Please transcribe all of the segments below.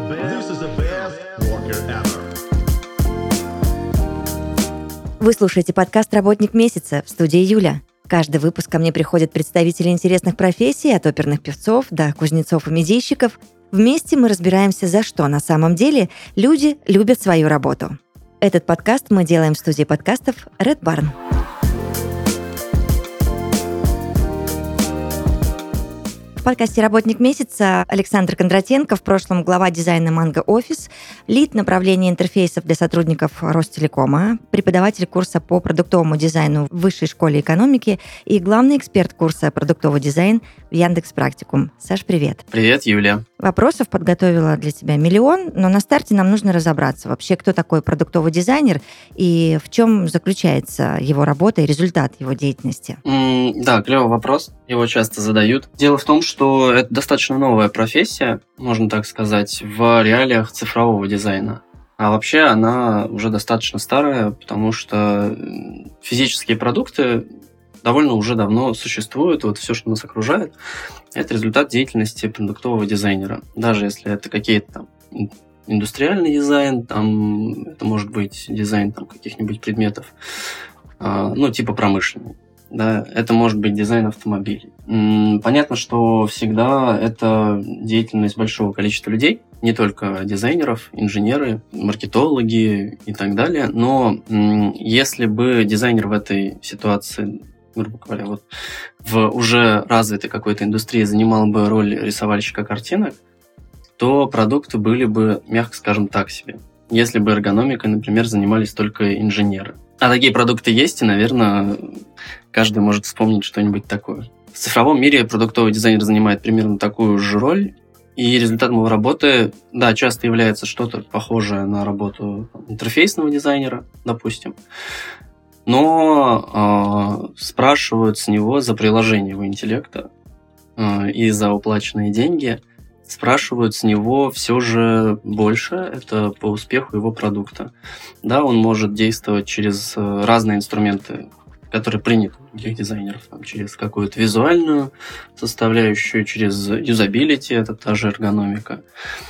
worker ever. Вы слушаете подкаст «Работник месяца» в студии Юля. Каждый выпуск ко мне приходят представители интересных профессий, от оперных певцов до кузнецов и медийщиков. Вместе мы разбираемся, за что на самом деле люди любят свою работу. Этот подкаст мы делаем в студии подкастов Red Barn. В подкасте «Работник месяца» Александр Кондратенко, в прошлом глава дизайна Mango Office, лид направления интерфейсов для сотрудников Ростелекома, преподаватель курса по продуктовому дизайну в Высшей школе экономики и главный эксперт курса «Продуктовый дизайн» в Яндекс.Практикум. Саш, привет. Привет, Юля. Вопросов подготовила для тебя миллион, но на старте нам нужно разобраться вообще, кто такой продуктовый дизайнер и в чем заключается его работа и результат его деятельности. Да, клевый вопрос. Его часто задают. Дело в том, что это достаточно новая профессия, можно так сказать, в реалиях цифрового дизайна. А вообще она уже достаточно старая, потому что физические продукты довольно уже давно существуют. Вот все, что нас окружает, это результат деятельности продуктового дизайнера. Даже если это какие-то там индустриальный дизайн, там это может быть дизайн там каких-нибудь предметов, типа промышленный. Да, это может быть дизайн автомобилей. Понятно, что всегда это деятельность большого количества людей, не только дизайнеров, инженеры, маркетологи и так далее. Но если бы дизайнер в этой ситуации, грубо говоря, вот в уже развитой какой-то индустрии занимал бы роль рисовальщика картинок, то продукты были бы, мягко скажем, так себе. Если бы эргономикой, например, занимались только инженеры. А такие продукты есть, и, наверное, каждый может вспомнить что-нибудь такое. В цифровом мире продуктовый дизайнер занимает примерно такую же роль, и результатом его работы, да, часто является что-то похожее на работу интерфейсного дизайнера, допустим, но спрашивают с него за приложение его интеллекта и за уплаченные деньги, спрашивают с него все же больше, это по успеху его продукта. Да, он может действовать через разные инструменты, которые приняты у других дизайнеров, там, через какую-то визуальную составляющую, через юзабилити, это та же эргономика,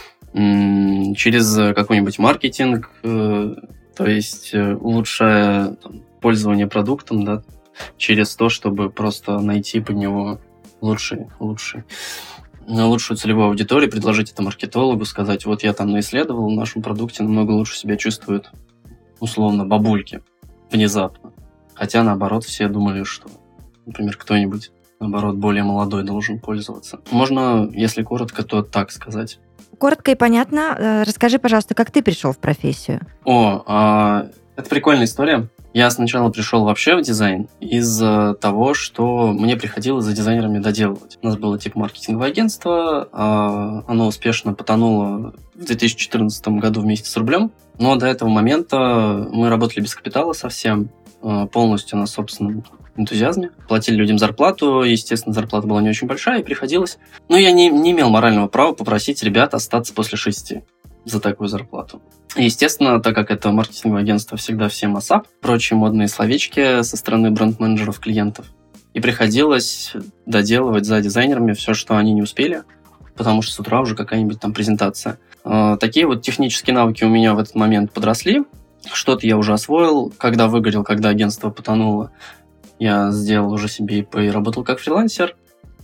через какой-нибудь маркетинг, то есть улучшая пользование продуктом, да, через то, чтобы просто найти под него лучшую целевую аудиторию, предложить это маркетологу, сказать, вот я там наисследовал, в нашем продукте намного лучше себя чувствуют, условно, бабульки внезапно. Хотя, наоборот, все думали, что, например, кто-нибудь, наоборот, более молодой должен пользоваться. Можно, если коротко, то так сказать. Коротко и понятно. Расскажи, пожалуйста, как ты пришел в профессию? Это прикольная история. Я сначала пришел вообще в дизайн из-за того, что мне приходилось за дизайнерами доделывать. У нас было типа маркетинговое агентство, оно успешно потонуло в 2014 году вместе с рублем, но до этого момента мы работали без капитала совсем, полностью на собственном энтузиазме. Платили людям зарплату, естественно, зарплата была не очень большая, и приходилось... Но я не имел морального права попросить ребят остаться после 6 за такую зарплату. И, естественно, так как это маркетинговое агентство всегда всем ASAP, прочие модные словечки со стороны бренд-менеджеров клиентов, и приходилось доделывать за дизайнерами все, что они не успели, потому что с утра уже какая-нибудь там презентация. Такие вот технические навыки у меня в этот момент подросли, что-то я уже освоил, когда выгорел, когда агентство потонуло, я сделал уже себе ИП и работал как фрилансер.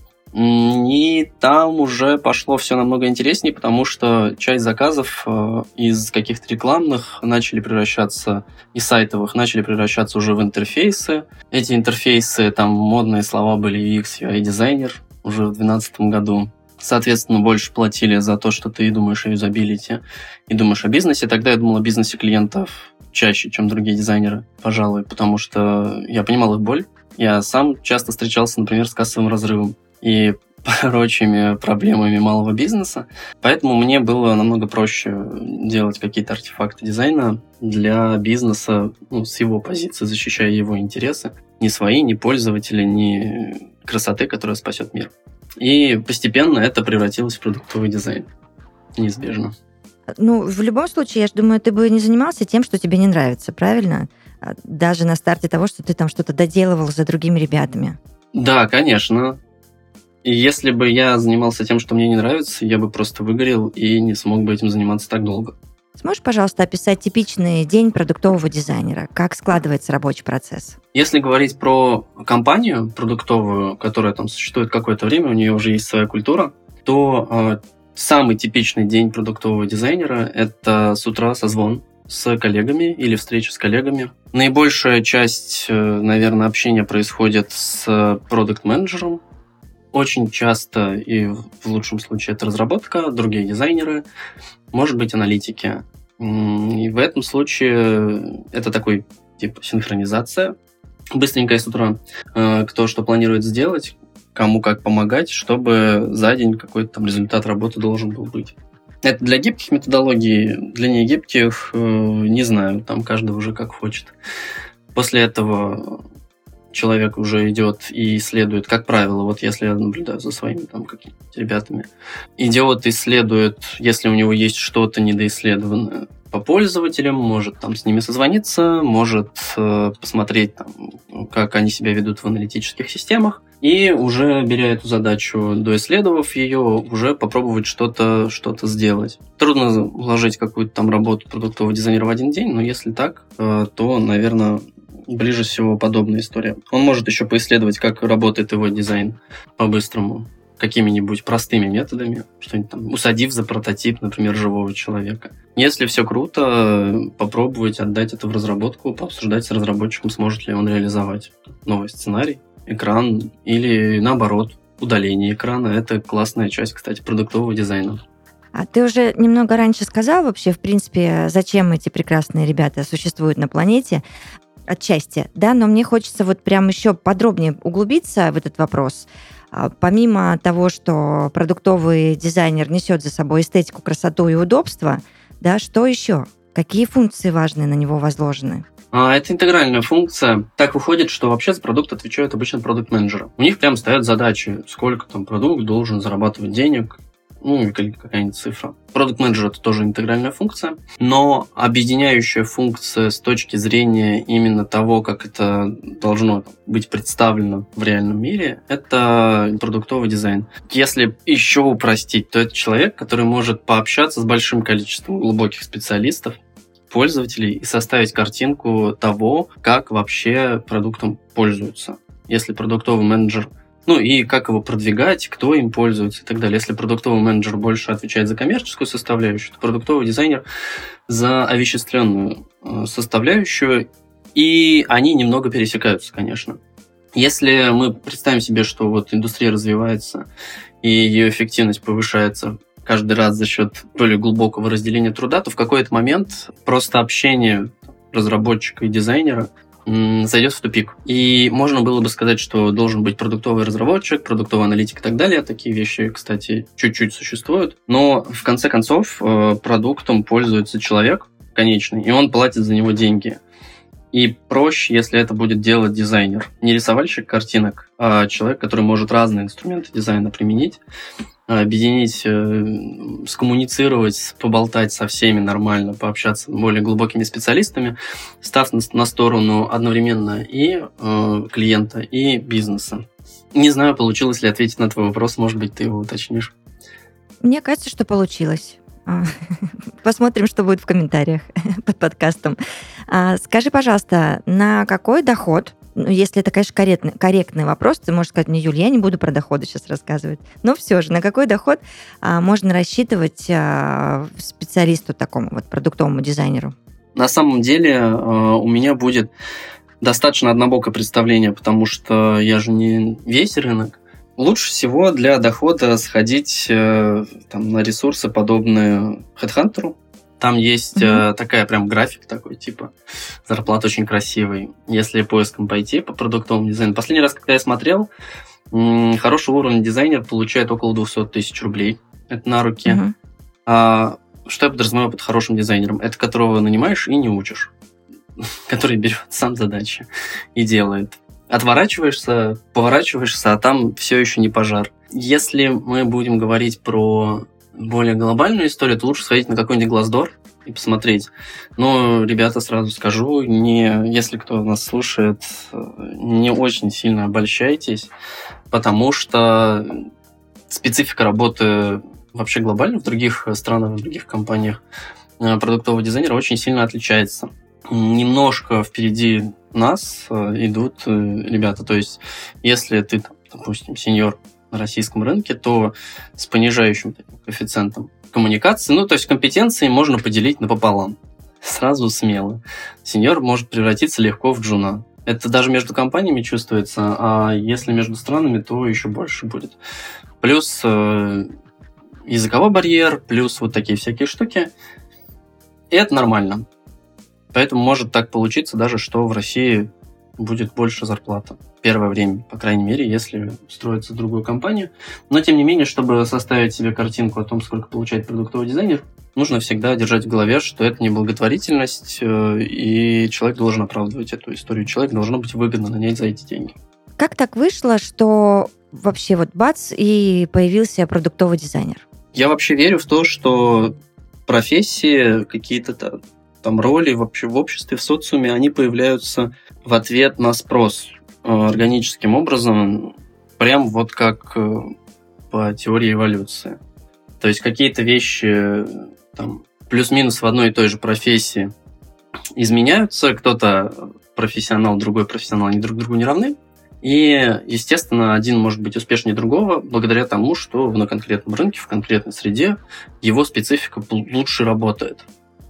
И там уже пошло все намного интереснее, потому что часть заказов из каких-то рекламных начали превращаться, и сайтовых начали превращаться уже в интерфейсы. Эти интерфейсы, там модные слова были UX, UI дизайнер уже в 2012 году. Соответственно, больше платили за то, что ты думаешь о юзабилити и думаешь о бизнесе. Тогда я думал о бизнесе клиентов чаще, чем другие дизайнеры, пожалуй, потому что я понимал их боль. Я сам часто встречался, например, с кассовым разрывом и прочими проблемами малого бизнеса. Поэтому мне было намного проще делать какие-то артефакты дизайна для бизнеса, с его позиции, защищая его интересы. Не свои, не пользователи, не красоты, которая спасет мир. И постепенно это превратилось в продуктовый дизайн. Неизбежно. В любом случае, я же думаю, ты бы не занимался тем, что тебе не нравится, правильно? Даже на старте того, что ты там что-то доделывал за другими ребятами. Да, конечно. И если бы я занимался тем, что мне не нравится, я бы просто выгорел и не смог бы этим заниматься так долго. Сможешь, пожалуйста, описать типичный день продуктового дизайнера? Как складывается рабочий процесс? Если говорить про компанию продуктовую, которая там существует какое-то время, у нее уже есть своя культура, то самый типичный день продуктового дизайнера – это с утра созвон с коллегами или встреча с коллегами. Наибольшая часть, наверное, общения происходит с продакт-менеджером. Очень часто, и в лучшем случае, это разработка, другие дизайнеры, может быть, аналитики. И в этом случае это такой типа синхронизация. Быстренько с утра кто что планирует сделать, кому как помогать, чтобы за день какой-то там результат работы должен был быть. Это для гибких методологий, для негибких не знаю, там каждый уже как хочет. После этого человек уже идет и исследует, как правило, вот если я наблюдаю за своими там какими-то ребятами, идет, исследует, если у него есть что-то недоисследованное по пользователям, может там с ними созвониться, может посмотреть, там, как они себя ведут в аналитических системах, и уже беря эту задачу, доисследовав ее, уже попробовать что-то сделать. Трудно вложить какую-то там работу продуктового дизайнера в один день, но если так, то, наверное, ближе всего подобная история. Он может еще поисследовать, как работает его дизайн по-быстрому, какими-нибудь простыми методами, что-нибудь там, усадив за прототип, например, живого человека. Если все круто, попробовать отдать это в разработку, пообсуждать с разработчиком, сможет ли он реализовать новый сценарий, экран или, наоборот, удаление экрана. Это классная часть, кстати, продуктового дизайна. А ты уже немного раньше сказал вообще, в принципе, зачем эти прекрасные ребята существуют на планете, отчасти, да, но мне хочется вот прям еще подробнее углубиться в этот вопрос. Помимо того, что продуктовый дизайнер несет за собой эстетику, красоту и удобство, да, что еще? Какие функции важные на него возложены? Это интегральная функция. Так выходит, что вообще за продукт отвечают обычно продукт-менеджеры. У них прям стоят задачи, сколько там продукт должен зарабатывать денег, или какая-нибудь цифра. Продукт-менеджер – это тоже интегральная функция, но объединяющая функция с точки зрения именно того, как это должно быть представлено в реальном мире, это продуктовый дизайн. Если еще упростить, то это человек, который может пообщаться с большим количеством глубоких специалистов, пользователей и составить картинку того, как вообще продуктом пользуются. Если продуктовый менеджер и как его продвигать, кто им пользуется и так далее. Если продуктовый менеджер больше отвечает за коммерческую составляющую, то продуктовый дизайнер за овеществленную составляющую, и они немного пересекаются, конечно. Если мы представим себе, что вот индустрия развивается, и ее эффективность повышается каждый раз за счет более глубокого разделения труда, то в какой-то момент просто общение разработчика и дизайнера зайдет в тупик. И можно было бы сказать, что должен быть продуктовый разработчик, продуктовый аналитик и так далее. Такие вещи, кстати, чуть-чуть существуют. Но в конце концов продуктом пользуется человек конечный, и он платит за него деньги. И проще, если это будет делать дизайнер. Не рисовальщик картинок, а человек, который может разные инструменты дизайна применить, объединить, скоммуницировать, поболтать со всеми нормально, пообщаться с более глубокими специалистами, став на сторону одновременно и клиента, и бизнеса. Не знаю, получилось ли ответить на твой вопрос, может быть, ты его уточнишь. Мне кажется, что получилось. Посмотрим, что будет в комментариях под подкастом. Скажи, пожалуйста, на какой доход, если это, конечно, корректный вопрос, ты можешь сказать мне, Юль, я не буду про доходы сейчас рассказывать, но все же, на какой доход можно рассчитывать специалисту такому, вот продуктовому дизайнеру? На самом деле у меня будет достаточно однобокое представление, потому что я же не весь рынок. Лучше всего для дохода сходить на ресурсы, подобные HeadHunter. Там есть такая прям график такой, типа зарплата очень красивый. Если поиском пойти по продуктовому дизайну. Последний раз, когда я смотрел, хорошего уровня дизайнер получает около 200 тысяч рублей. Это на руки. Что я подразумеваю под хорошим дизайнером? Это которого нанимаешь и не учишь. Который берет сам задачи и делает. Отворачиваешься, поворачиваешься, а там все еще не пожар. Если мы будем говорить про более глобальную историю, то лучше сходить на какой-нибудь Glassdoor и посмотреть. Но, ребята, сразу скажу, если кто нас слушает, не очень сильно обольщайтесь, потому что специфика работы вообще глобально в других странах, в других компаниях продуктового дизайнера очень сильно отличается. Немножко впереди нас идут ребята. То есть, если ты, допустим, сеньор на российском рынке, то с понижающим коэффициентом коммуникации, то есть компетенции можно поделить напополам. Сразу смело. Сеньор может превратиться легко в джуна. Это даже между компаниями чувствуется, а если между странами, то еще больше будет. Плюс языковой барьер, плюс вот такие всякие штуки. И это нормально. Поэтому может так получиться даже, что в России будет больше зарплата. Первое время, по крайней мере, если устроиться в другую компанию. Но, тем не менее, чтобы составить себе картинку о том, сколько получает продуктовый дизайнер, нужно всегда держать в голове, что это не благотворительность, и человек должен оправдывать эту историю. Человеку должно быть выгодно нанять за эти деньги. Как так вышло, что вообще вот бац, и появился продуктовый дизайнер? Я вообще верю в то, что профессии, какие-то там роли вообще в обществе, в социуме, они появляются в ответ на спрос органическим образом, прям вот как по теории эволюции. То есть какие-то вещи там, плюс-минус в одной и той же профессии изменяются, кто-то профессионал, другой профессионал, они друг другу не равны. И, естественно, один может быть успешнее другого благодаря тому, что на конкретном рынке, в конкретной среде его специфика лучше работает.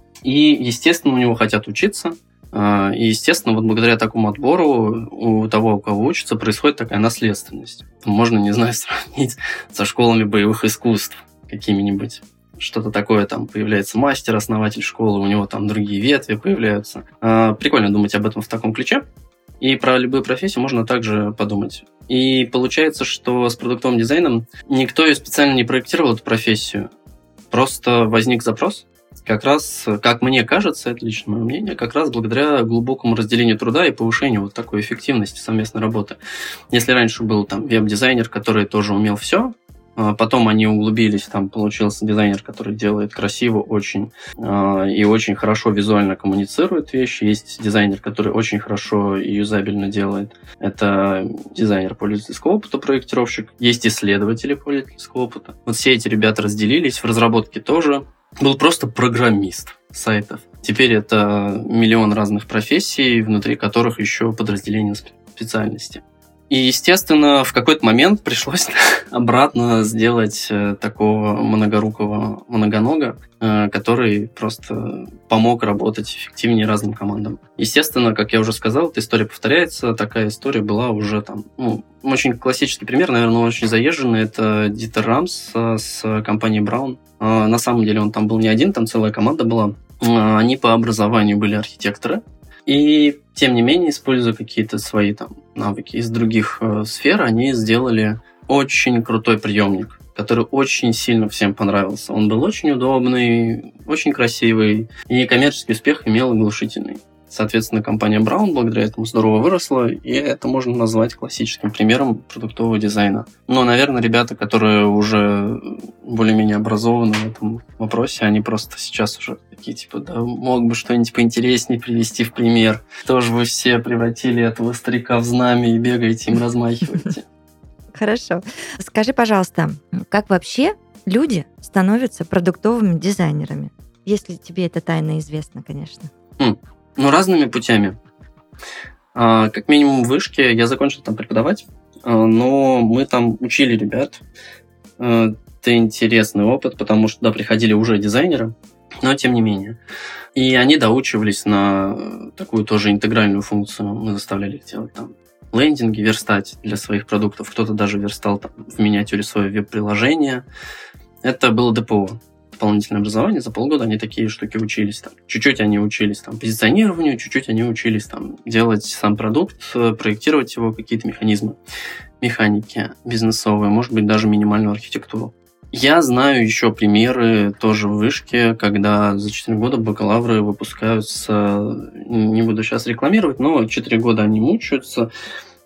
И, естественно, у него хотят учиться. И, естественно, вот благодаря такому отбору у того, у кого учится, происходит такая наследственность. Можно, не знаю, сравнить со школами боевых искусств какими-нибудь. Что-то такое, там появляется мастер, основатель школы, у него там другие ветви появляются. Прикольно думать об этом в таком ключе. И про любую профессию можно также подумать. И получается, что с продуктовым дизайном никто ее специально не проектировал, эту профессию. Просто возник запрос. Как раз, как мне кажется, это лично мое мнение, как раз благодаря глубокому разделению труда и повышению вот такой эффективности совместной работы. Если раньше был там веб-дизайнер, который тоже умел все, потом они углубились, там получился дизайнер, который делает красиво очень и очень хорошо визуально коммуницирует вещи. Есть дизайнер, который очень хорошо и юзабельно делает. Это дизайнер пользовательского опыта, проектировщик. Есть исследователи пользовательского опыта. Вот все эти ребята разделились, в разработке тоже. Был просто программист сайтов. Теперь это миллион разных профессий, внутри которых еще подразделения специальности. И, естественно, в какой-то момент пришлось обратно сделать такого многорукого многонога, который просто помог работать эффективнее разным командам. Естественно, как я уже сказал, эта история повторяется. Такая история была уже там... очень классический пример, наверное, очень заезженный. Это Дитер Рамс с компанией Браун. На самом деле он там был не один, там целая команда была. Они по образованию были архитекторы. И, тем не менее, используя какие-то свои там навыки из других сфер, они сделали очень крутой приемник, который очень сильно всем понравился. Он был очень удобный, очень красивый, и коммерческий успех имел оглушительный. Соответственно, компания Браун благодаря этому здорово выросла, и это можно назвать классическим примером продуктового дизайна. Но, наверное, ребята, которые уже более-менее образованы в этом вопросе, они просто сейчас уже такие, типа, да, мог бы что-нибудь поинтереснее привести в пример. Тоже вы все превратили этого старика в знамя и бегаете им размахиваете. Хорошо. Скажи, пожалуйста, как вообще люди становятся продуктовыми дизайнерами? Если тебе это тайна известна, конечно. Разными путями. Как минимум в вышке я закончил там преподавать, но мы там учили ребят. Это интересный опыт, потому что туда приходили уже дизайнеры, но тем не менее. И они доучивались на такую тоже интегральную функцию. Мы заставляли их делать там лендинги, верстать для своих продуктов. Кто-то даже верстал там в миниатюре свое веб-приложение. Это было ДПО. Дополнительное образование, за полгода они такие штуки учились. Там. Чуть-чуть они учились там, позиционированию, чуть-чуть они учились там, делать сам продукт, проектировать его, какие-то механизмы, механики бизнесовые, может быть, даже минимальную архитектуру. Я знаю еще примеры тоже в вышке, когда за 4 года бакалавры выпускаются, не буду сейчас рекламировать, но 4 года они мучаются,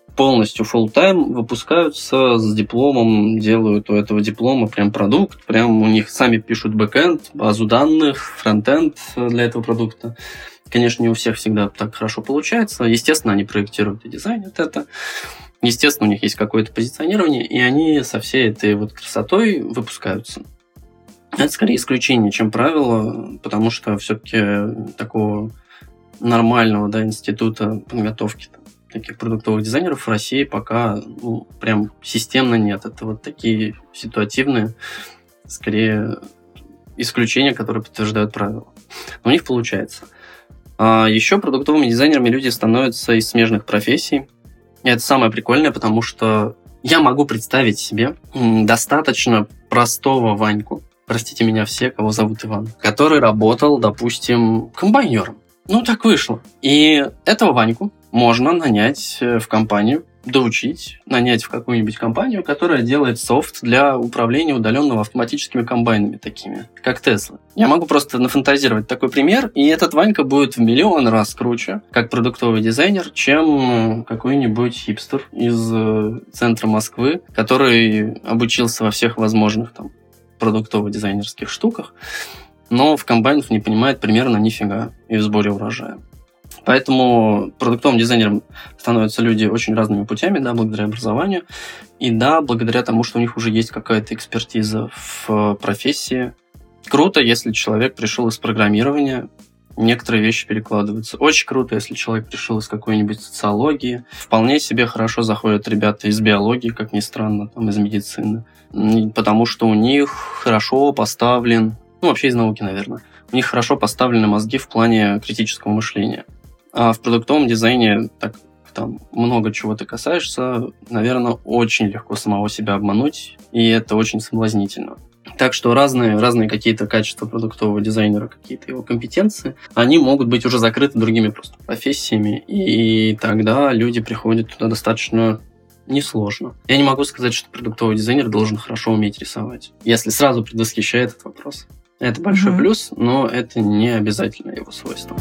полностью full-time выпускаются с дипломом, делают у этого диплома прям продукт, прям у них сами пишут бэкэнд, базу данных, фронтенд для этого продукта. Конечно, не у всех всегда так хорошо получается. Естественно, они проектируют и дизайнят это. Естественно, у них есть какое-то позиционирование, и они со всей этой вот красотой выпускаются. Это скорее исключение, чем правило, потому что все-таки такого нормального института подготовки таких продуктовых дизайнеров в России пока прям системно нет. Это вот такие ситуативные, скорее, исключения, которые подтверждают правила. Но у них получается. А еще продуктовыми дизайнерами люди становятся из смежных профессий. И это самое прикольное, потому что я могу представить себе достаточно простого Ваньку, простите меня все, кого зовут Иван, который работал, допустим, комбайнером. Так вышло. И этого Ваньку можно нанять в компанию, доучить, нанять в какую-нибудь компанию, которая делает софт для управления удаленного автоматическими комбайнами такими, как Tesla. Я могу просто нафантазировать такой пример, и этот Ванька будет в миллион раз круче, как продуктовый дизайнер, чем какой-нибудь хипстер из центра Москвы, который обучился во всех возможных продуктово-дизайнерских штуках, но в комбайнах не понимает примерно нифига и в сборе урожая. Поэтому продуктовым дизайнером становятся люди очень разными путями, благодаря образованию, и благодаря тому, что у них уже есть какая-то экспертиза в профессии. Круто, если человек пришел из программирования, некоторые вещи перекладываются. Очень круто, если человек пришел из какой-нибудь социологии. Вполне себе хорошо заходят ребята из биологии, как ни странно, из медицины, потому что у них хорошо поставлен, вообще из науки, наверное, у них хорошо поставлены мозги в плане критического мышления. А в продуктовом дизайне много чего ты касаешься, наверное, очень легко самого себя обмануть, и это очень соблазнительно. Так что разные какие-то качества продуктового дизайнера, какие-то его компетенции, они могут быть уже закрыты другими просто профессиями, и тогда люди приходят туда достаточно несложно. Я не могу сказать, что продуктовый дизайнер должен хорошо уметь рисовать, если сразу предвосхищает этот вопрос. Это большой плюс, но это не обязательно его свойство.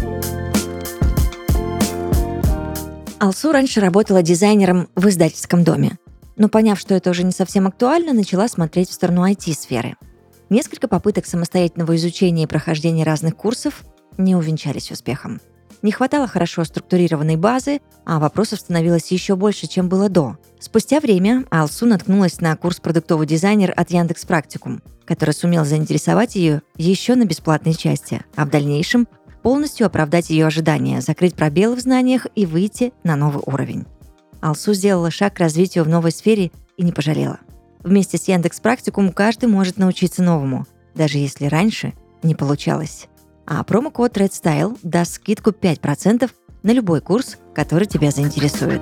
Алсу раньше работала дизайнером в издательском доме, но, поняв, что это уже не совсем актуально, начала смотреть в сторону IT-сферы. Несколько попыток самостоятельного изучения и прохождения разных курсов не увенчались успехом. Не хватало хорошо структурированной базы, а вопросов становилось еще больше, чем было до. Спустя время Алсу наткнулась на курс «Продуктовый дизайнер» от Яндекс.Практикум, который сумел заинтересовать ее еще на бесплатной части, а в дальнейшем полностью оправдать ее ожидания, закрыть пробелы в знаниях и выйти на новый уровень. Алсу сделала шаг к развитию в новой сфере и не пожалела. Вместе с Яндекс.Практикум каждый может научиться новому, даже если раньше не получалось. А промокод RedStyle даст скидку 5% на любой курс, который тебя заинтересует.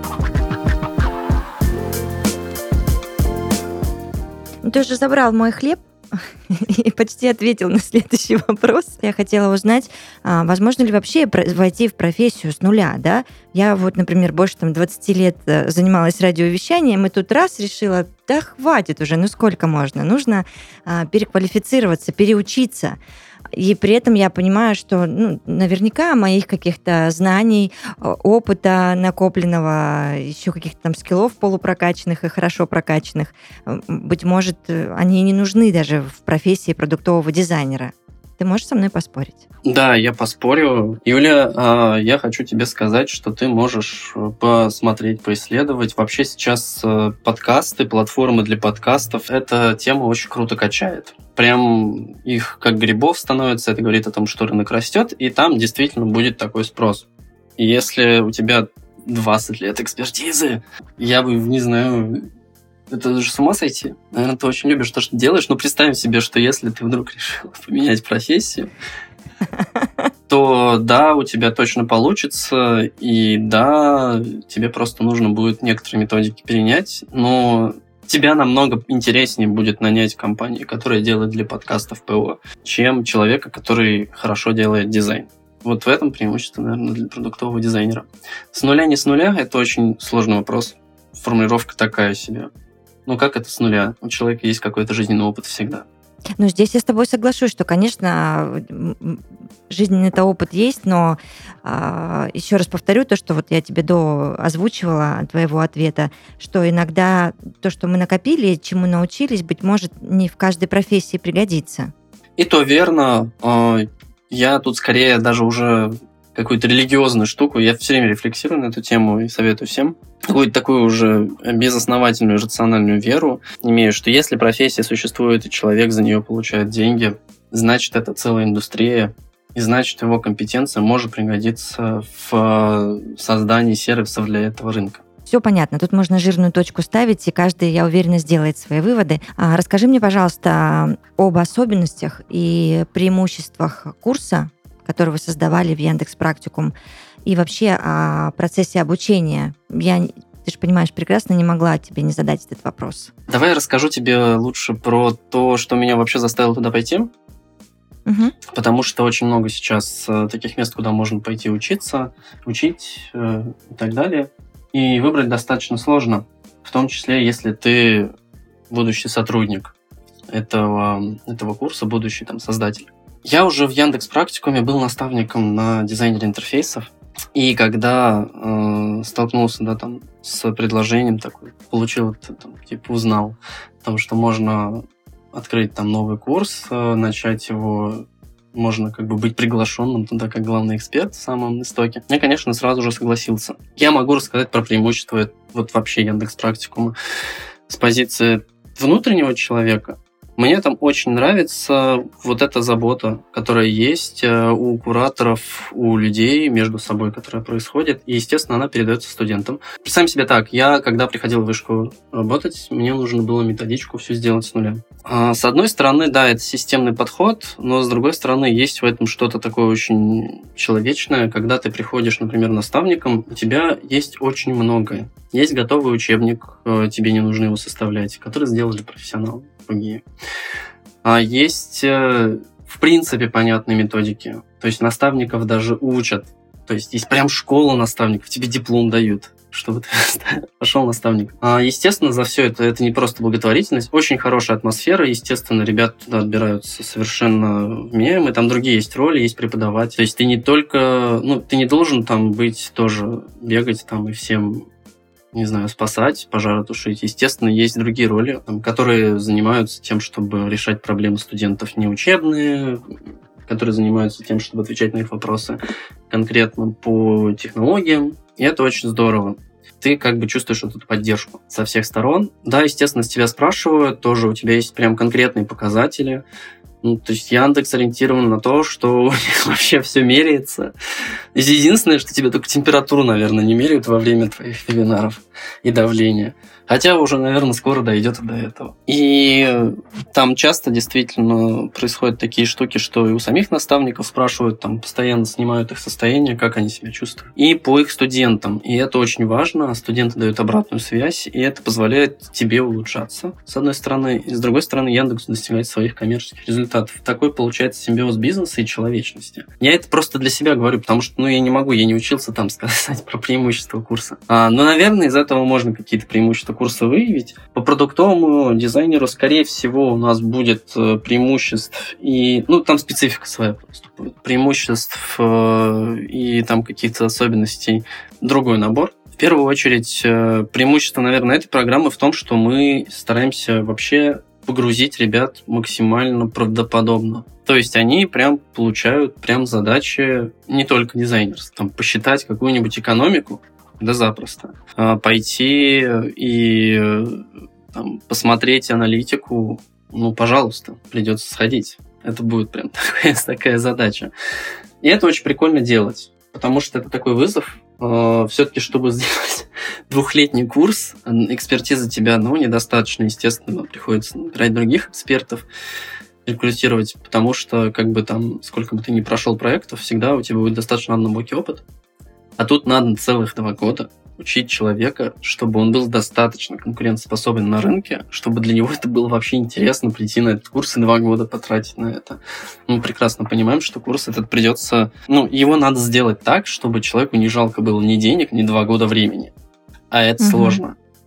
Ты уже забрал мой хлеб и почти ответил на следующий вопрос. Я хотела узнать, возможно ли вообще войти в профессию с нуля, да? Я например, больше 20 лет занималась радиовещанием, и тут раз решила, да хватит уже, сколько можно? Нужно переквалифицироваться, переучиться. И при этом я понимаю, что наверняка моих каких-то знаний, опыта накопленного, еще каких-то скиллов полупрокачанных и хорошо прокачанных, быть может, они не нужны даже в профессии продуктового дизайнера. Ты можешь со мной поспорить? Да, я поспорю. Юля, я хочу тебе сказать, что ты можешь посмотреть, поисследовать. Вообще сейчас подкасты, платформы для подкастов, эта тема очень круто качает. Прям их как грибов становится, это говорит о том, что рынок растет, и там действительно будет такой спрос. И если у тебя 20 лет экспертизы, я бы, не знаю, это же с ума сойти. Наверное, ты очень любишь то, что делаешь, но представь себе, что если ты вдруг решил поменять профессию, то да, у тебя точно получится, и да, тебе просто нужно будет некоторые методики перенять, но тебя намного интереснее будет нанять компанию, которая делает для подкастов ПО, чем человека, который хорошо делает дизайн. Вот в этом преимущество, наверное, для продуктового дизайнера. С нуля не с нуля – это очень сложный вопрос. Формулировка такая себе. Как это с нуля? У человека есть какой-то жизненный опыт всегда. Ну, здесь я с тобой соглашусь, что, конечно, жизненный-то опыт есть, но еще раз повторю то, что вот я тебе озвучивала твоего ответа, что иногда то, что мы накопили, чему научились, быть может, не в каждой профессии пригодится. И то верно. Я тут скорее даже уже какую-то религиозную штуку, я все время рефлексирую на эту тему и советую всем какую-то такую уже безосновательную рациональную веру, имею, что если профессия существует и человек за нее получает деньги, значит, это целая индустрия, и значит, его компетенция может пригодиться в создании сервисов для этого рынка. Все понятно, тут можно жирную точку ставить, и каждый, я уверена, сделает свои выводы. Расскажи мне, пожалуйста, об особенностях и преимуществах курса, который вы создавали в Яндекс.Практикум, и вообще о процессе обучения. Ты же понимаешь, прекрасно не могла тебе не задать этот вопрос. Давай я расскажу тебе лучше про то, что меня вообще заставило туда пойти. Угу. Потому что очень много сейчас таких мест, куда можно пойти учиться, учить и так далее. И выбрать достаточно сложно, в том числе, если ты будущий сотрудник этого курса, будущий создатель. Я уже в Яндекс.Практикуме был наставником на дизайнере интерфейсов, и когда столкнулся с предложением, получил, узнал о том, что можно открыть новый курс, начать его, можно быть приглашенным туда как главный эксперт в самом истоке. Я, конечно, сразу же согласился. Я могу рассказать про преимущества вообще Яндекс.Практикума с позиции внутреннего человека. Мне там очень нравится вот эта забота, которая есть у кураторов, у людей между собой, которая происходит, и, естественно, она передается студентам. Представим себе так, я, когда приходил в вышку работать, мне нужно было методичку все сделать с нуля. С одной стороны, да, это системный подход, но с другой стороны, есть в этом что-то такое очень человечное, когда ты приходишь, например, наставником, у тебя есть очень многое. Есть готовый учебник, тебе не нужно его составлять, который сделали профессионалы. А есть, в принципе, понятные методики. То есть наставников даже учат. То есть прям школа наставников, тебе диплом дают, чтобы ты пошел наставник. Естественно, за все это не просто благотворительность, очень хорошая атмосфера. Естественно, ребята туда отбираются совершенно вменяемые. Там другие есть роли, есть преподаватель. То есть ты не только, ты не должен быть тоже бегать и всем, не знаю, спасать, пожары тушить. Естественно, есть другие роли, которые занимаются тем, чтобы решать проблемы студентов неучебные, которые занимаются тем, чтобы отвечать на их вопросы конкретно по технологиям. И это очень здорово. Ты чувствуешь эту поддержку со всех сторон. Да, естественно, с тебя спрашивают, тоже у тебя есть прям конкретные показатели. То есть Яндекс ориентирован на то, что у них вообще все меряется. Единственное, что тебе только температуру, наверное, не меряют во время твоих вебинаров и давление. Хотя уже, наверное, скоро дойдет и до этого. И там часто действительно происходят такие штуки, что и у самих наставников спрашивают, постоянно снимают их состояние, как они себя чувствуют. И по их студентам. И это очень важно. Студенты дают обратную связь, и это позволяет тебе улучшаться, с одной стороны. И с другой стороны, Яндекс достигает своих коммерческих результатов. Такой получается симбиоз бизнеса и человечности. Я это просто для себя говорю, потому что, я не могу, я не учился сказать про преимущества курса. Но, наверное, из этого можно какие-то преимущества курса выявить. По продуктовому дизайнеру, скорее всего, у нас будет преимуществ и... там специфика своя просто будет. Преимуществ и каких-то особенностей другой набор. В первую очередь, преимущество, наверное, этой программы в том, что мы стараемся вообще погрузить ребят максимально правдоподобно. То есть они получают задачи не только дизайнерские. Посчитать какую-нибудь экономику, да запросто. Пойти и посмотреть аналитику, пожалуйста, придется сходить. Это будет прям такая задача. И это очень прикольно делать, потому что это такой вызов. Все-таки, чтобы сделать двухлетний курс, экспертизы тебя одного недостаточно, естественно, приходится набирать других экспертов, рекрутировать, потому что сколько бы ты ни прошел проектов, всегда у тебя будет достаточно однобокий опыт. А тут надо целых 2 года учить человека, чтобы он был достаточно конкурентоспособен на рынке, чтобы для него это было вообще интересно прийти на этот курс и 2 года потратить на это. Мы прекрасно понимаем, что курс этот придется... его надо сделать так, чтобы человеку не жалко было ни денег, ни 2 года времени. А это сложно.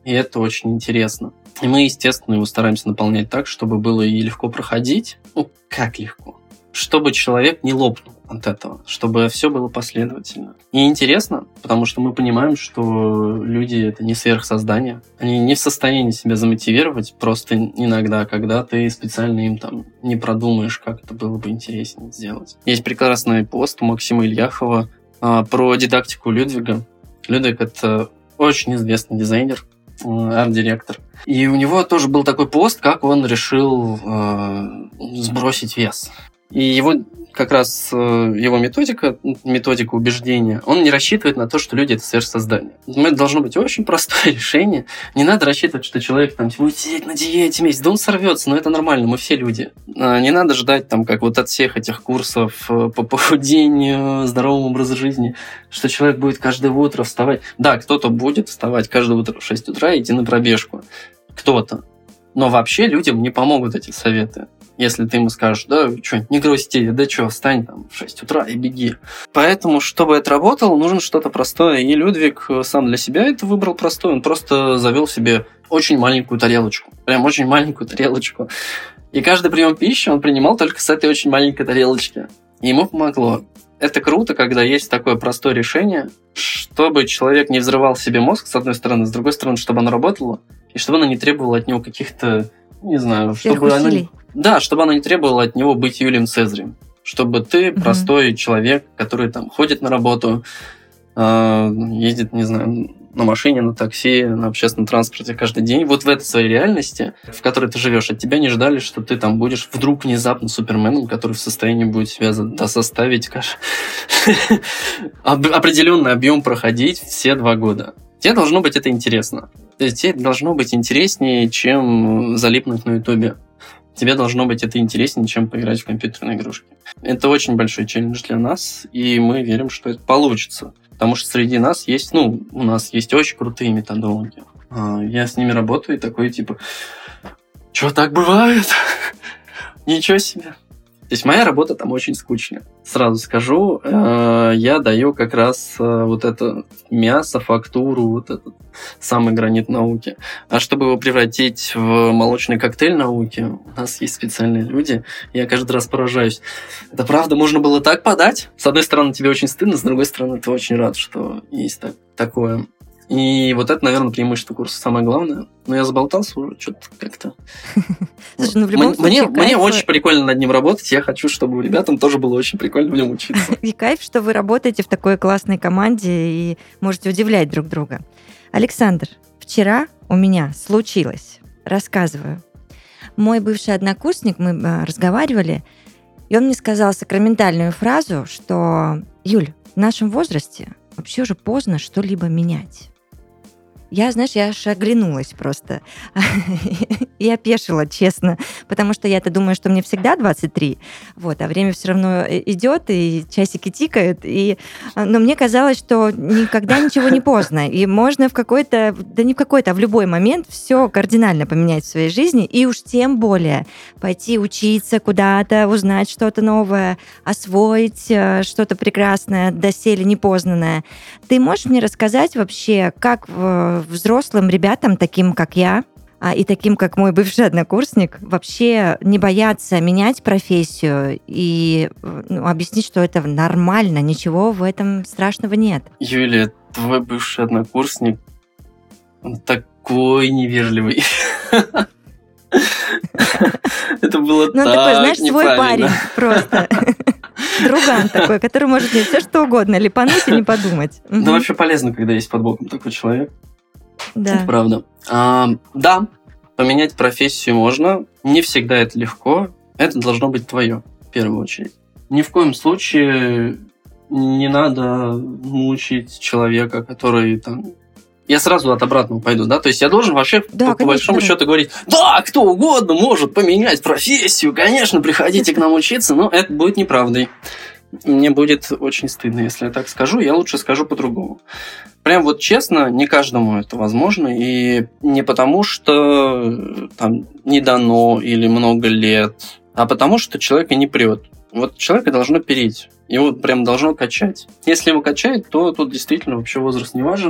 и это очень интересно. И мы, естественно, его стараемся наполнять так, чтобы было и легко проходить. Ну, как легко? Чтобы человек не лопнул от этого, чтобы все было последовательно. И интересно, потому что мы понимаем, что люди — это не сверхсоздания. Они не в состоянии себя замотивировать просто иногда, когда ты специально им там не продумаешь, как это было бы интереснее сделать. Есть прекрасный пост у Максима Ильяхова про дидактику Людвига. Людвиг — это очень известный дизайнер, арт-директор. И у него тоже был такой пост, как он решил сбросить вес. И его как раз его методика убеждения, он не рассчитывает на то, что люди — это сверхсоздание. Это должно быть очень простое решение. Не надо рассчитывать, что человек там будет сидеть на диете месяц. Да он сорвется, но это нормально, мы все люди. Не надо ждать там, как вот от всех этих курсов по похудению, здоровому образу жизни, что человек будет каждое утро вставать. Да, кто-то будет вставать каждое утро в 6 утра и идти на пробежку. Кто-то. Но вообще людям не помогут эти советы. Если ты ему скажешь, да, что, не грусти, да что, встань там в 6 утра и беги. Поэтому, чтобы это работало, нужно что-то простое. И Людвиг сам для себя это выбрал простое. Он просто завел себе очень маленькую тарелочку. Прям очень маленькую тарелочку. И каждый прием пищи он принимал только с этой очень маленькой тарелочки. И ему помогло. Это круто, когда есть такое простое решение, чтобы человек не взрывал себе мозг, с одной стороны, с другой стороны, чтобы оно работало, и чтобы оно не требовало от него каких-то, не знаю, чтобы оно... Да, чтобы она не требовала от него быть Юлием Цезарем. Чтобы ты простой человек, который там ходит на работу, ездит, не знаю, на машине, на такси, на общественном транспорте каждый день. Вот в этой своей реальности, в которой ты живешь, от тебя не ждали, что ты там будешь вдруг внезапно суперменом, который в состоянии будет себя составить определенный объем проходить все 2 года. Тебе должно быть это интересно. То есть тебе должно быть интереснее, чем залипнуть на Ютубе. Тебе должно быть это интереснее, чем поиграть в компьютерные игрушки. Это очень большой челлендж для нас, и мы верим, что это получится. Потому что среди нас есть, у нас есть очень крутые методологи. Я с ними работаю и такой, типа, что так бывает? Ничего себе. То есть моя работа там очень скучная. Сразу скажу, я даю как раз вот это мясо, фактуру, вот этот самый гранит науки. А чтобы его превратить в молочный коктейль науки, у нас есть специальные люди. Я каждый раз поражаюсь. Это правда, можно было так подать? С одной стороны, тебе очень стыдно, с другой стороны, ты очень рад, что есть такое. И вот это, наверное, преимущество курса самое главное. Но я заболтался уже, что-то как-то... Слушай, в любом случае, мне очень прикольно над ним работать. Я хочу, чтобы ребятам тоже было очень прикольно в нем учиться. И кайф, что вы работаете в такой классной команде и можете удивлять друг друга. Александр, вчера у меня случилось, рассказываю. Мой бывший однокурсник, мы разговаривали, и он мне сказал сакраментальную фразу, что «Юль, в нашем возрасте вообще уже поздно что-либо менять». Я аж оглянулась просто. И опешила, честно. Потому что я-то думаю, что мне всегда 23. А время все равно идет, и часики тикают. Но мне казалось, что никогда ничего не поздно. И можно в какой-то, да не в какой-то, а в любой момент все кардинально поменять в своей жизни. И уж тем более пойти учиться куда-то, узнать что-то новое, освоить что-то прекрасное, доселе непознанное. Ты можешь мне рассказать вообще, как взрослым ребятам, таким как я, и таким, как мой бывший однокурсник, вообще не бояться менять профессию и объяснить, что это нормально, ничего в этом страшного нет? Юлия, твой бывший однокурсник, он такой невежливый. Это было так неправильно. Ну, такой, знаешь, свой парень просто. Друган такой, который может мне все что угодно липануть и не подумать. Да, вообще полезно, когда есть под боком такой человек. Да. Это правда. Да, поменять профессию можно. Не всегда это легко. Это должно быть твое, в первую очередь. Ни в коем случае не надо мучить человека, который там... Я сразу от обратного пойду, да? То есть я должен вообще, по большому счету, говорить, да, кто угодно может поменять профессию, конечно, приходите к нам учиться, но это будет неправдой. Мне будет очень стыдно, если я так скажу, я лучше скажу по-другому. Прям вот честно, не каждому это возможно, и не потому, что там не дано или много лет, а потому, что человека не прет. Вот человека должно переть, его прям должно качать. Если его качает, то тут действительно вообще возраст не важен.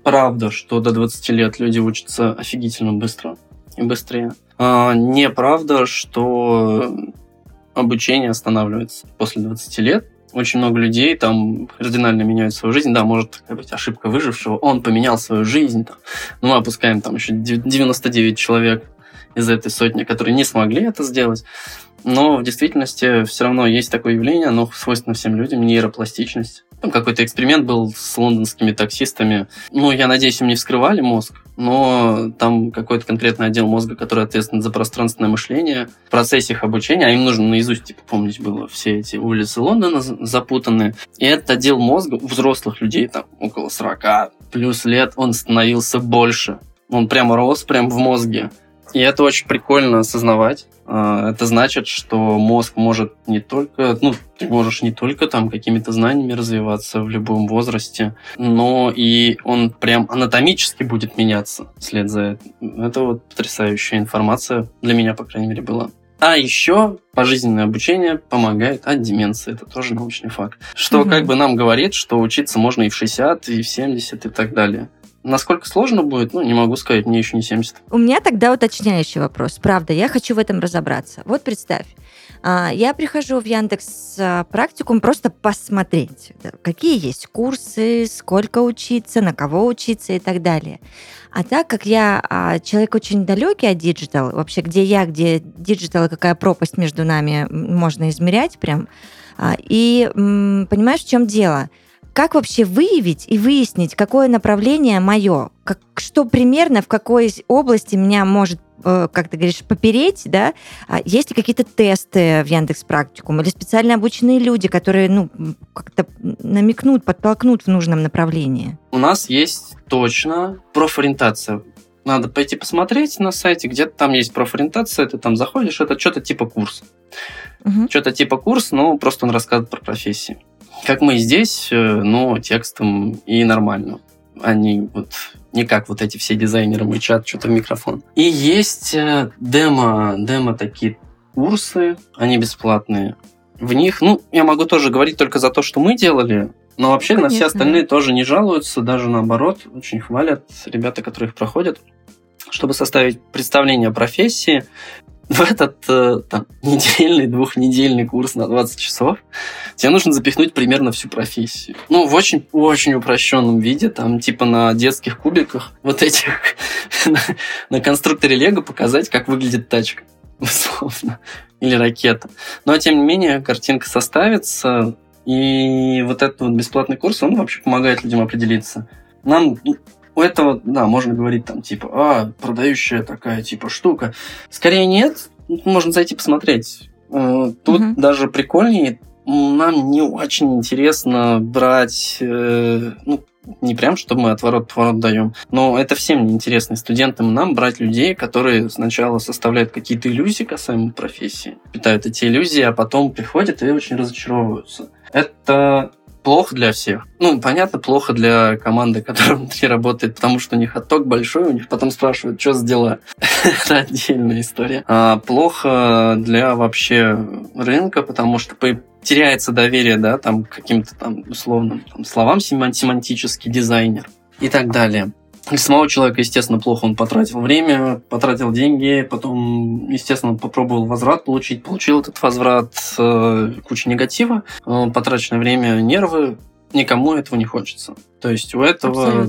правда, что до 20 лет люди учатся офигительно быстро и быстрее. Неправда, что обучение останавливается после 20 лет. Очень много людей там кардинально меняют свою жизнь. Да, может такая быть ошибка выжившего. Он поменял свою жизнь. Там. Но мы опускаем там еще 99 человек из этой сотни, которые не смогли это сделать. Но в действительности все равно есть такое явление, оно свойственно всем людям, нейропластичность. Там какой-то эксперимент был с лондонскими таксистами. Ну, я надеюсь, им не вскрывали мозг, но там какой-то конкретный отдел мозга, который ответственен за пространственное мышление. В процессе их обучения, а им нужно наизусть помнить было все эти улицы Лондона запутанные. И этот отдел мозга у взрослых людей, там около 40 плюс лет, он становился больше. Он прямо рос, прямо в мозге. И это очень прикольно осознавать. Это значит, что мозг может не только, ты можешь не только там какими-то знаниями развиваться в любом возрасте, но и он прям анатомически будет меняться вслед за этим. Это вот потрясающая информация для меня, по крайней мере, была. А еще пожизненное обучение помогает от деменции. Это тоже научный факт. Что как бы нам говорит, что учиться можно и в 60, и в 70, и так далее. Насколько сложно будет, не могу сказать, мне еще не 70. У меня тогда уточняющий вопрос. Правда, я хочу в этом разобраться. Вот представь, я прихожу в Яндекс.Практикум просто посмотреть, какие есть курсы, сколько учиться, на кого учиться и так далее. А так как я человек очень далекий от диджитал, вообще где диджитал и какая пропасть между нами можно измерять прям, и понимаешь, в чем дело? Как вообще выявить и выяснить, какое направление мое? Что примерно, в какой области меня может, как ты говоришь, попереть, да? Есть ли какие-то тесты в Яндекс.Практикум или специально обученные люди, которые, как-то намекнут, подтолкнут в нужном направлении? У нас есть точно профориентация. Надо пойти посмотреть на сайте, где-то там есть профориентация, ты там заходишь, это что-то типа курс. Что-то типа курс, но просто он рассказывает про профессии. Как мы здесь, но текстом и нормально. Они не как эти все дизайнеры мычат что-то в микрофон. И есть демо такие курсы, они бесплатные. В них, я могу тоже говорить только за то, что мы делали, но вообще на все остальные тоже не жалуются, даже наоборот, очень хвалят ребята, которые их проходят, чтобы составить представление о профессии. В этот недельный, двухнедельный курс на 20 часов тебе нужно запихнуть примерно всю профессию. В очень-очень упрощенном виде, там типа на детских кубиках этих, на конструкторе Лего показать, как выглядит тачка, условно, или ракета. Но, тем не менее, картинка составится, и этот бесплатный курс, он вообще помогает людям определиться. У этого, можно говорить продающая такая штука. Скорее нет, можно зайти посмотреть. Тут даже прикольнее. Нам не очень интересно брать, не прям, чтобы мы отворот даем, но это всем неинтересно, студентам, нам брать людей, которые сначала составляют какие-то иллюзии касаемо профессии, питают эти иллюзии, а потом приходят и очень разочаровываются. Это плохо для всех. Понятно, плохо для команды, которая внутри работает, потому что у них отток большой, у них потом спрашивают, что за дела. Это отдельная история. А плохо для вообще рынка, потому что теряется доверие, к каким-то условным словам, семантический дизайнер и так далее. Для самого человека, естественно, плохо, он потратил время, потратил деньги, потом, естественно, попробовал возврат получить, получил этот возврат, куча негатива, потраченное время, нервы, никому этого не хочется. То есть у этого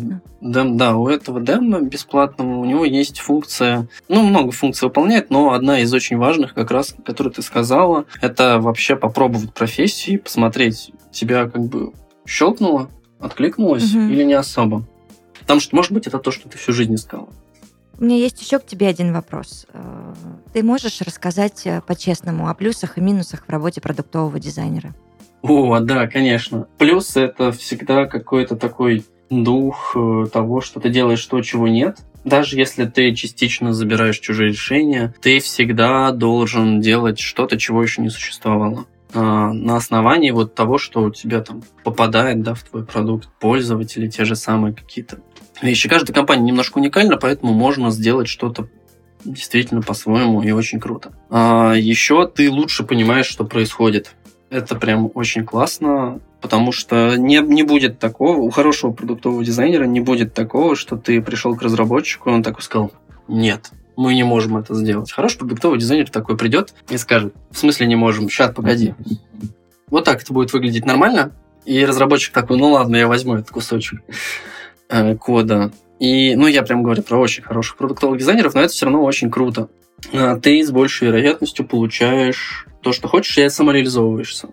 демо бесплатного, у него есть функция, много функций выполняет, но одна из очень важных, как раз, которую ты сказала, это вообще попробовать профессию и посмотреть, тебя щелкнуло, откликнулось или не особо. Потому что, может быть, это то, что ты всю жизнь искала. У меня есть еще к тебе один вопрос. Ты можешь рассказать по-честному о плюсах и минусах в работе продуктового дизайнера? Да, конечно. Плюс – это всегда какой-то такой дух того, что ты делаешь то, чего нет. Даже если ты частично забираешь чужие решения, ты всегда должен делать что-то, чего еще не существовало. На основании того, что у тебя попадает в твой продукт, пользователи, те же самые какие-то вещи. Каждая компания немножко уникальна, поэтому можно сделать что-то действительно по-своему и очень круто. Еще ты лучше понимаешь, что происходит Это прям очень классно, потому что не будет такого, у хорошего продуктового дизайнера не будет такого, что ты пришел к разработчику, и он такой сказал: нет, мы не можем это сделать. Хороший продуктовый дизайнер такой придет и скажет: в смысле не можем? Сейчас, погоди. Вот так это будет выглядеть нормально. И разработчик такой: ну ладно, я возьму этот кусочек кода. И, я прям говорю про очень хороших продуктовых дизайнеров, но это все равно очень круто. Ты с большей вероятностью получаешь то, что хочешь, и самореализовываешься.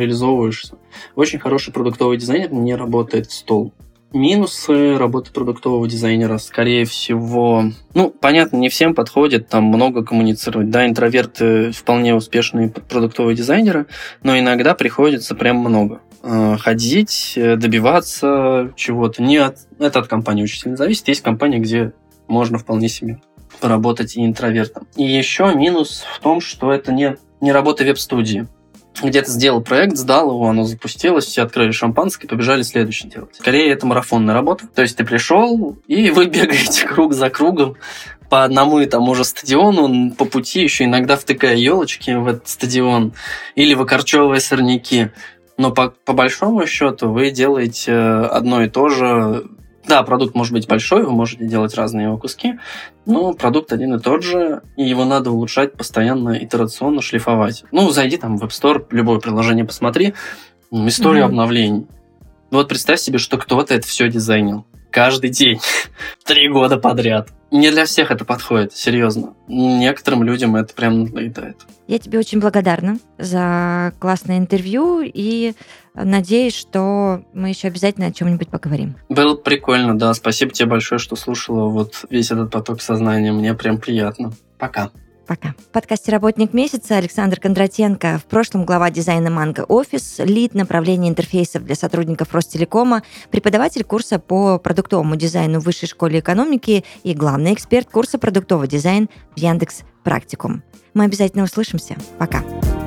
Очень хороший продуктовый дизайнер не работает в стол. Минусы работы продуктового дизайнера, скорее всего... понятно, не всем подходит там много коммуницировать. Да, интроверты вполне успешные продуктовые дизайнеры, но иногда приходится прям много ходить, добиваться чего-то. Это от компании очень сильно зависит. Есть компании, где можно вполне себе поработать и интровертом. И еще минус в том, что это не работа веб-студии. Где ты сделал проект, сдал его, оно запустилось, все открыли шампанское и побежали следующий делать. Скорее, это марафонная работа. То есть ты пришел, и вы бегаете круг за кругом по одному и тому же стадиону, по пути еще иногда втыкая елочки в этот стадион или выкорчевывая сорняки. Но по большому счету вы делаете одно и то же. Да, продукт может быть большой, вы можете делать разные его куски, но продукт один и тот же, и его надо улучшать постоянно, итерационно шлифовать. Зайди там в App Store, любое приложение посмотри, историю обновлений. Вот представь себе, что кто-то это все дизайнил. Каждый день. 3 года подряд. Не для всех это подходит, серьезно. Некоторым людям это прям надоедает. Я тебе очень благодарна за классное интервью и надеюсь, что мы еще обязательно о чем-нибудь поговорим. Было прикольно, да. Спасибо тебе большое, что слушала весь этот поток сознания. Мне прям приятно. Пока. Пока. В подкасте «Работник месяца» Александр Кондратенко, в прошлом глава дизайна Mango Office, лид направления интерфейсов для сотрудников Ростелекома, преподаватель курса по продуктовому дизайну в Высшей школе экономики и главный эксперт курса продуктовый дизайн в Яндекс.Практикум. Мы обязательно услышимся. Пока.